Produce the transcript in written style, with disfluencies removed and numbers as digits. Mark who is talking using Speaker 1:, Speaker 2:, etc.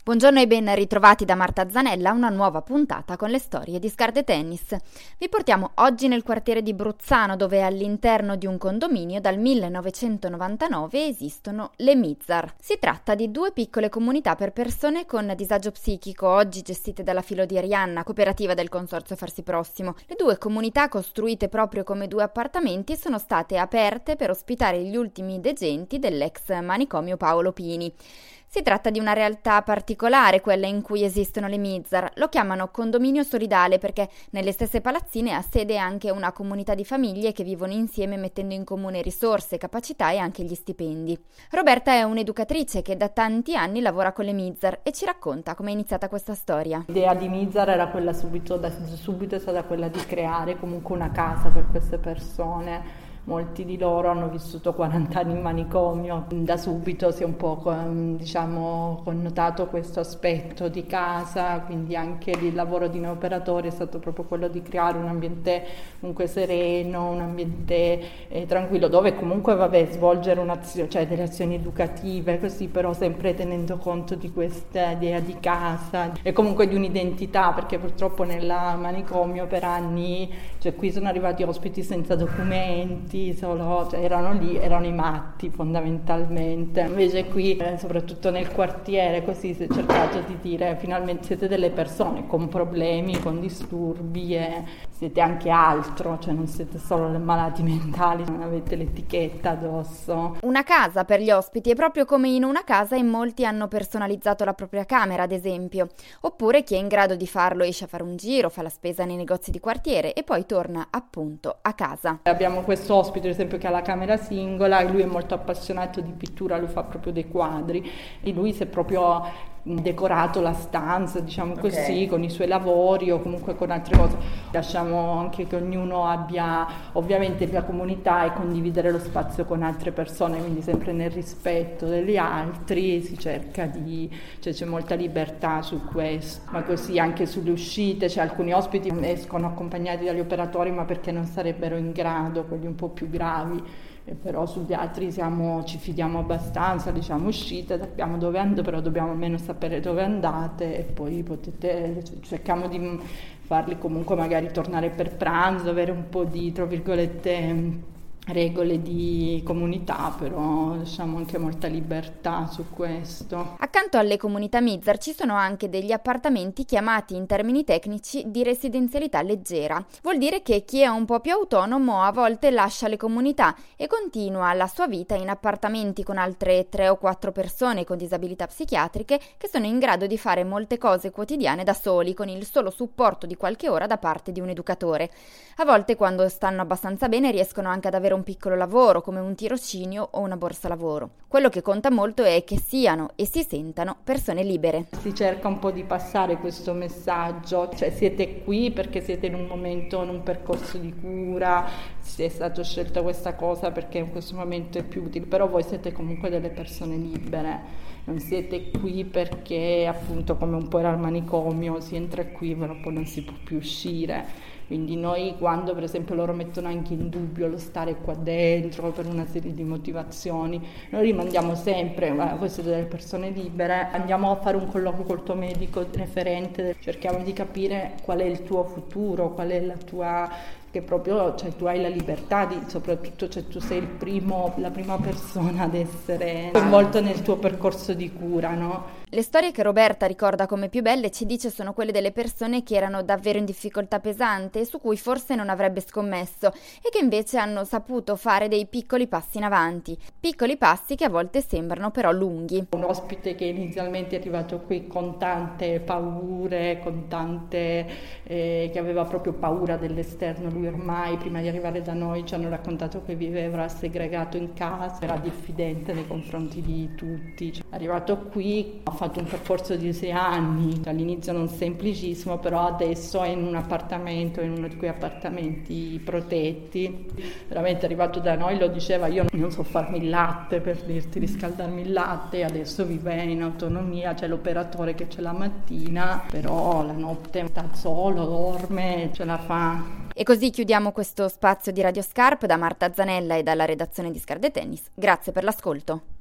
Speaker 1: Buongiorno e ben ritrovati da Marta Zanella a una nuova puntata con le storie di Scarde Tennis. Vi portiamo oggi nel quartiere di Bruzzano, dove all'interno di un condominio dal 1999 esistono le Mizzar. Si tratta di due piccole comunità per persone con disagio psichico, oggi gestite dalla Filo di Arianna, cooperativa del Consorzio Farsi Prossimo. Le due comunità, costruite proprio come due appartamenti, sono state aperte per ospitare gli ultimi degenti dell'ex manicomio Paolo Pini. Si tratta di una realtà particolare, quella in cui esistono le Mizzar. Lo chiamano condominio solidale perché nelle stesse palazzine ha sede anche una comunità di famiglie che vivono insieme mettendo in comune risorse, capacità e anche gli stipendi. Roberta è un'educatrice che da tanti anni lavora con le Mizzar e ci racconta come è iniziata questa storia.
Speaker 2: L'idea di Mizzar era quella subito è stata quella di creare comunque una casa per queste persone. Molti di loro hanno vissuto 40 anni in manicomio, da subito si è un po' connotato questo aspetto di casa, quindi anche il lavoro di noi operatori è stato proprio quello di creare un ambiente comunque sereno, un ambiente tranquillo, dove comunque svolgere un'azione, cioè delle azioni educative, così però sempre tenendo conto di questa idea di casa e comunque di un'identità, perché purtroppo nel manicomio per anni, cioè qui sono arrivati ospiti senza documenti, erano lì, erano i matti fondamentalmente. Invece qui, soprattutto nel quartiere, così si è cercato di dire finalmente siete delle persone con problemi, con disturbi e siete anche altro, cioè non siete solo malati mentali, non avete l'etichetta addosso.
Speaker 1: Una casa per gli ospiti è proprio come in una casa in molti hanno personalizzato la propria camera, ad esempio. Oppure chi è in grado di farlo esce a fare un giro, fa la spesa nei negozi di quartiere e poi torna appunto a casa.
Speaker 2: Abbiamo questo ospite, ad esempio, che ha la camera singola, lui è molto appassionato di pittura, lui fa proprio dei quadri e lui si è proprio decorato la stanza, diciamo così, con i suoi lavori o comunque con altre cose. Lasciamo anche che ognuno abbia ovviamente la comunità e condividere lo spazio con altre persone, quindi sempre nel rispetto degli altri si cerca c'è molta libertà su questo, ma così anche sulle uscite, cioè alcuni ospiti escono accompagnati dagli operatori ma perché non sarebbero in grado, quelli un po' più gravi. Però sugli altri ci fidiamo abbastanza, diciamo uscite, sappiamo dove andate, però dobbiamo almeno sapere dove andate e poi cerchiamo di farli comunque magari tornare per pranzo, avere un po' di, tra virgolette, regole di comunità, però lasciamo anche molta libertà su questo.
Speaker 1: Accanto alle comunità Mizzar ci sono anche degli appartamenti chiamati in termini tecnici di residenzialità leggera. Vuol dire che chi è un po' più autonomo a volte lascia le comunità e continua la sua vita in appartamenti con altre 3 o 4 persone con disabilità psichiatriche che sono in grado di fare molte cose quotidiane da soli, con il solo supporto di qualche ora da parte di un educatore. A volte, quando stanno abbastanza bene, riescono anche ad avere un piccolo lavoro come un tirocinio o una borsa lavoro. Quello che conta molto è che siano e si sentano persone libere.
Speaker 2: Si cerca un po' di passare questo messaggio, cioè siete qui perché siete in un momento, in un percorso di cura, si è stata scelta questa cosa perché in questo momento è più utile, però voi siete comunque delle persone libere, non siete qui perché appunto come un po' era il manicomio, si entra qui però poi non si può più uscire. Quindi noi, quando per esempio loro mettono anche in dubbio lo stare qua dentro per una serie di motivazioni, noi rimandiamo sempre, voi siete delle persone libere, andiamo a fare un colloquio col tuo medico referente, cerchiamo di capire qual è il tuo futuro, qual è la tua, che proprio, cioè tu hai la libertà di, soprattutto, cioè tu sei la prima persona ad essere coinvolto nel tuo percorso di cura, no?
Speaker 1: Le storie che Roberta ricorda come più belle, ci dice, sono quelle delle persone che erano davvero in difficoltà pesante e su cui forse non avrebbe scommesso e che invece hanno saputo fare dei piccoli passi in avanti, piccoli passi che a volte sembrano però lunghi.
Speaker 2: Un ospite che inizialmente è arrivato qui con tante paure, che aveva proprio paura dell'esterno, lui ormai prima di arrivare da noi ci hanno raccontato che viveva segregato in casa, era diffidente nei confronti di tutti. È arrivato qui, ha fatto un percorso di 6 anni, all'inizio non semplicissimo, però adesso è in un appartamento, in uno di quei appartamenti protetti. Veramente arrivato da noi lo diceva, io non so farmi il latte, per dirti, riscaldarmi il latte, adesso vive in autonomia, c'è l'operatore che c'è la mattina, però la notte sta solo, dorme, ce la fa.
Speaker 1: E così chiudiamo questo spazio di Radio Scarp. Da Marta Zanella e dalla redazione di Scarde Tennis. Grazie per l'ascolto.